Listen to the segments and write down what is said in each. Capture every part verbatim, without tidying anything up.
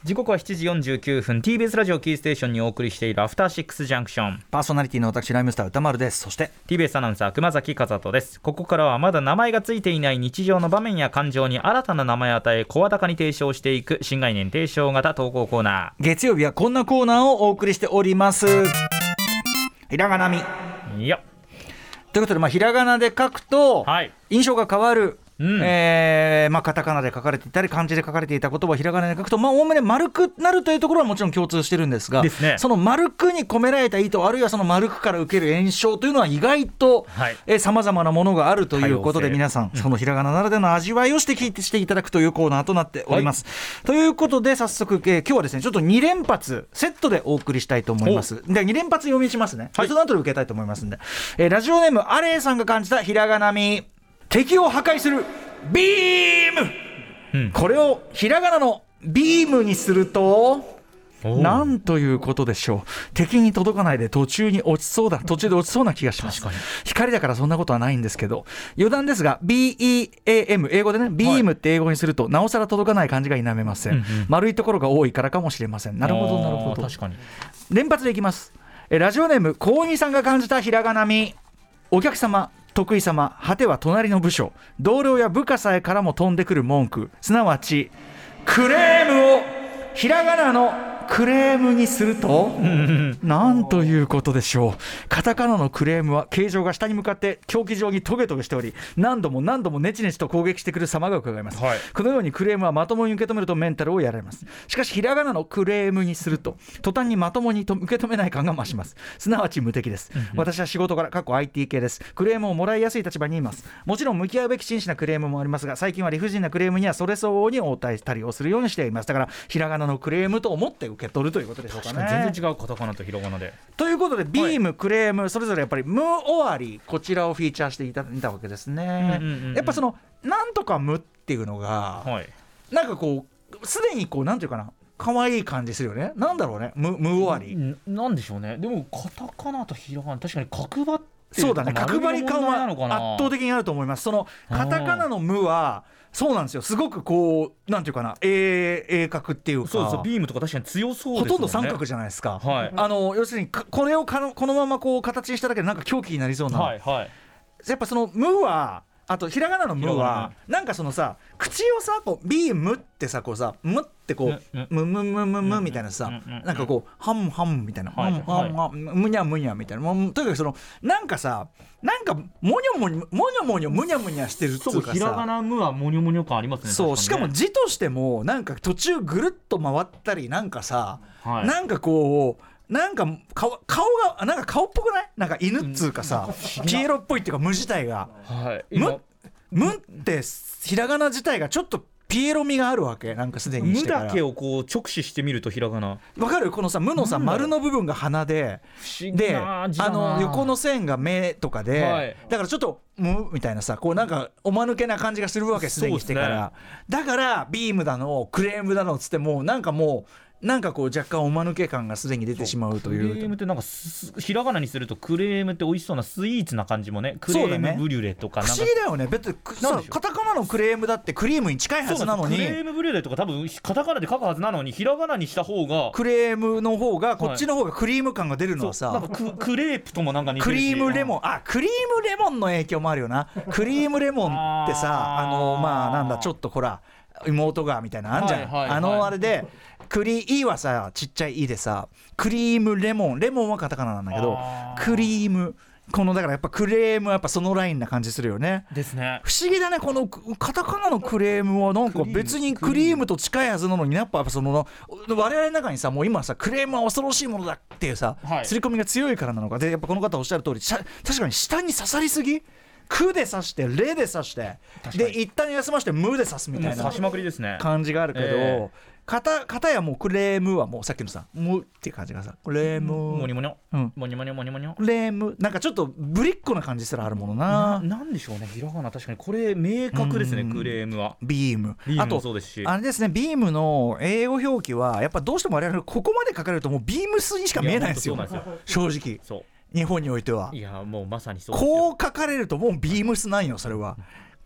時刻はしちじよんじゅうきゅうふん ティービーエス ラジオキーステーションにお送りしているアフターシックスジャンクション、 パーソナリティの私ライムスター歌丸です。そしてティービーエス アナウンサー熊崎和人です。ここからはまだ名前がついていない日常の場面や感情に新たな名前を与え声高に提唱していく新概念提唱型投稿コーナー。月曜日はこんなコーナーをお送りしております。ひらがなみいやということで、まあ、ひらがなで書くと印象が変わる、うんえーまあ、カタカナで書かれていたり漢字で書かれていた言葉をひらがなで書くと、まあ、おおむね丸くなるというところはもちろん共通してるんですがですね、 その丸くに込められた意図、あるいはその丸くから受ける炎症というのは意外とさまざまなものがあるということで、皆さんそのひらがなならでの味わいをして聞いてしていただくというコーナーとなっております、はい、ということで早速、えー、今日はですねちょっとに連発セットでお送りしたいと思います。でに連発読みしますね、はい、その後で受けたいと思いますんで、えー、ラジオネームアレイさんが感じたひらがなみ、敵を破壊するビーム、うん、これをひらがなのビームにするとなんということでしょう。敵に届かないで途中に落ちそうだ途中で落ちそうな気がします。光だからそんなことはないんですけど、余談ですが ビーイーエーエム 英語でねビームって英語にするとなおさら届かない感じが否めません、うんうん、丸いところが多いからかもしれません。なるほどなるほど、 確かに。 連発でいきます。えラジオネーム高二さんが感じたひらがなみ、お客様得意様、果ては隣の部署、同僚や部下さえからも飛んでくる文句、すなわちクレームをひらがなのクレームにするとなんということでしょう。カタカナのクレームは形状が下に向かって狂気状にトゲトゲしており、何度も何度もネチネチと攻撃してくる様が伺えます、はい、このようにクレームはまともに受け止めるとメンタルをやられます。しかしひらがなのクレームにすると途端にまともにと受け止めない感が増します。すなわち無敵です、うんうん、私は仕事から過去 アイティー 系です。クレームをもらいやすい立場にいます。もちろん向き合うべき真摯なクレームもありますが、最近は理不尽なクレームにはそれ相応に応対したりをするようにしています。だからひらがなのクレームと思って受け取るということでしょうかね。 全然違うカタカナとひらがなでということでビーム、はい、クレームそれぞれやっぱり無終わり、こちらをフィーチャーしていただいたわけですね、うんうんうんうん、やっぱそのなんとか無っていうのが、はい、なんかこうすでにこうなんていうかな可愛い感じするよね。なんだろうね 無, 無終わりな, なんでしょうね。でもカタカナとひらがな確かに角張ってそうだね、角張り感は圧倒的にあると思います。そのカタカナの無はそうなんですよ、すごくこうなんていうかな鋭鋭角っていうか、 そうそうビームとか確かに強そうですもんね。 ほとんど三角じゃないですか、 はい、 あの要するにこれをかのこのままこう形にしただけでなんか狂気になりそうな、 はいはい、 やっぱその無はあとひらがなの無はなんかそのさ口をさこうビームってさこうさむってこうむむむむむみたいなさなんかこうハムハムみたいなハムハムハムむにゃむにゃみたいな、とにかくそのなんかさなんかもにょもにょもにょもにょむにゃむにゃしてるっていうかさ、 ひらがな無はもにょもにょ感ありますね。 そう、しかも字としてもなんか途中ぐるっと回ったりなんかさ、はい、なんかこうなんか顔, 顔がなんか顔っぽくない？なんか犬っつうかさ、うん、ピエロっぽいっていうか無自体が、はい、むむってひらがな自体がちょっとピエロ味があるわけ。なんかすでにしてから無だけをこう直視してみるとひらがなわかる？このさ無のさ丸の部分が鼻でであの横の線が目とかで、はい、だからちょっと無みたいなさこうなんかおまぬけな感じがするわけすでにしてから、ね、だからビームだのクレームだのつってもなんかもうなんかこう若干おまぬけ感がすでに出てしまうという。 クレームってなんかひらがなにするとクレームって美味しそうなスイーツな感じもね。クレームブリュレとかなんか不思議だよね。別にさカタカナのクレームだってクリームに近いはずなのに、 クレームブリュレとか多分カタカナで書くはずなのにひらがなにした方がクレームの方がこっちの方がクリーム感が出るのはさ、 はい、なんか ク, クレープともなんか似てるしクリームレモンあクリームレモンの影響もあるよな。クリームレモンってさあのまあなんだちょっとほら妹がみたいなあんじゃん、はいはいはい、あのあれでクリーはさちっちゃい「い」でさクリームレモンレモンはカタカナなんだけどクリームこのだからやっぱクレームはやっぱそのラインな感じするよね。 ですね。 不思議だねこのカタカナのクレームはなんか別にクリームと近いはずなのにやっぱその我々の中にさもう今さクレームは恐ろしいものだっていうさ刷、はい、り込みが強いからなのかでやっぱこの方おっしゃる通り確かに下に刺さりすぎくで刺してれで刺してで一旦休ましてむで刺すみたいな感じがあるけど、えーかた、かたやもうクレームはもうさっきのさむっていう感じがさクレームもにもにょ、うん、もにもにょもにもにょクレームなんかちょっとぶりっ子な感じすらあるものな。 な, なんでしょうねひらがな確かにこれ明確ですね、うん、クレームはビームあとそうですしあれですねビームの英語表記はやっぱどうしても我々ここまで書かれるともうビームスにしか見えないんですよ正直そう日本においてはいやもうまさにそうですよ。こう書かれるともうビームスなんよそれは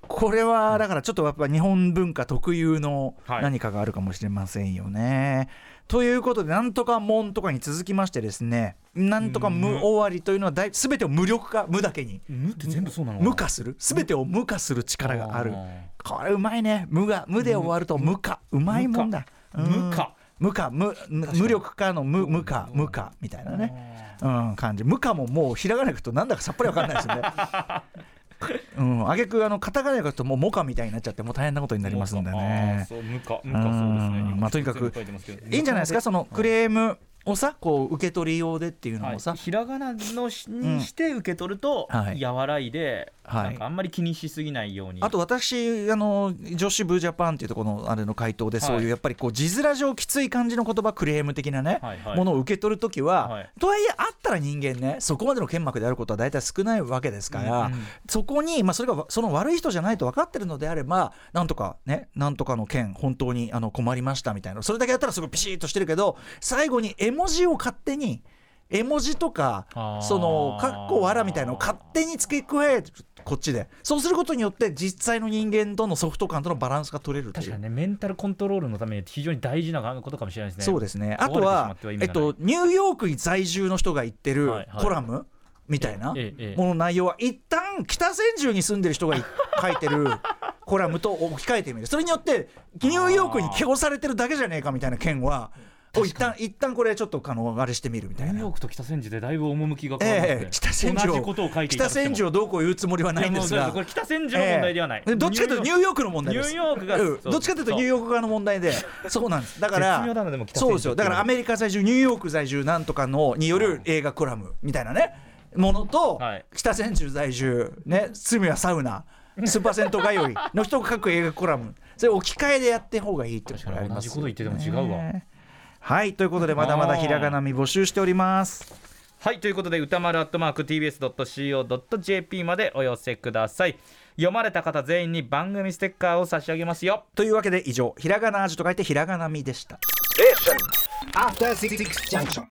これはだからちょっとやっぱ日本文化特有のはい何かがあるかもしれませんよね、ということでなんとかもんとかに続きましてですね、なんとか無終わりというのはだい全てを無力化、無だけに無って全部そうなの無化する、全てを無化する力がある。これうまいね。無が無で終わると無化、うまいもんだ。 無化無化、無無力化の無無化無化みたいなね、うん、感じ。無化ももうひらがなくとなんだかさっぱりわかんないですよね。うん、あげくあのカタカナで書くともうモカみたいになっちゃってもう大変なことになりますんでね。 そう無化無化そうですね。 まあとにかくいいんじゃないですか、そのクレームをさこう受け取り用でっていうのをさ、 はい、ひらがなのしにして受け取ると、 うんはい、 和らいで、 はい、 なんかあんまり気にしすぎないように。 あと私あの女子ブージャパンっていうところのあれの回答で、はい、そういうやっぱりこう字面上きつい感じの言葉クレーム的なね、はいはい、ものを受け取るときは、はい、とはいえあったら人間ねそこまでの剣幕であることは大体少ないわけですから、うんうん、そこに、まあ、それがその悪い人じゃないと分かってるのであればなんとかねなんとかの件本当にあの困りましたみたいな、それだけやったらすごいピシッとしてるけど最後に絵文字を勝手に絵文字とかそのかっこわらみたいなのを勝手に付け加えこっちでそうすることによって実際の人間とのソフト感とのバランスが取れるという。 確かにね、メンタルコントロールのために非常に大事なことかもしれないですね。 そうですね。あとは、えっと、ニューヨークに在住の人が言ってるコラム、はいはい、みたいなものの内容は一旦北千住に住んでる人が書いてるコラムと置き換えてみる。それによってニューヨークに気をされてるだけじゃねえかみたいな件は一旦一旦これちょっとあのあれしてみるみたいな。 ニューヨークと北千住でだいぶ趣が変わる、 えー、北千住を北千住をどうこう言うつもりはないんですが、 これ北千住の問題ではない、 えー、どっちかというとニューヨークの問題です。 ニューヨークが、 うん、どっちかというとニューヨーク側の問題でそうなんです。だから絶妙だな。でも北千住そうですよ。だからアメリカ在住ニューヨーク在住なんとかのによる映画コラムみたいなねものと、はい、北千住在住ね罪はサウナスーパー銭湯通いの人が書く映画コラムそれ置き換えでやって方がいいってことがありますよね。 同じこと言ってても違うわ。 はい、ということでまだまだひらがなみ募集しております。 はい、ということで歌丸アットマーク ティービーエスドットシーオードットジェーピー までお寄せください。読まれた方全員に番組ステッカーを差し上げますよ。 というわけで以上ひらがな味と書いてひらがなみでした。 After シックスジャンクション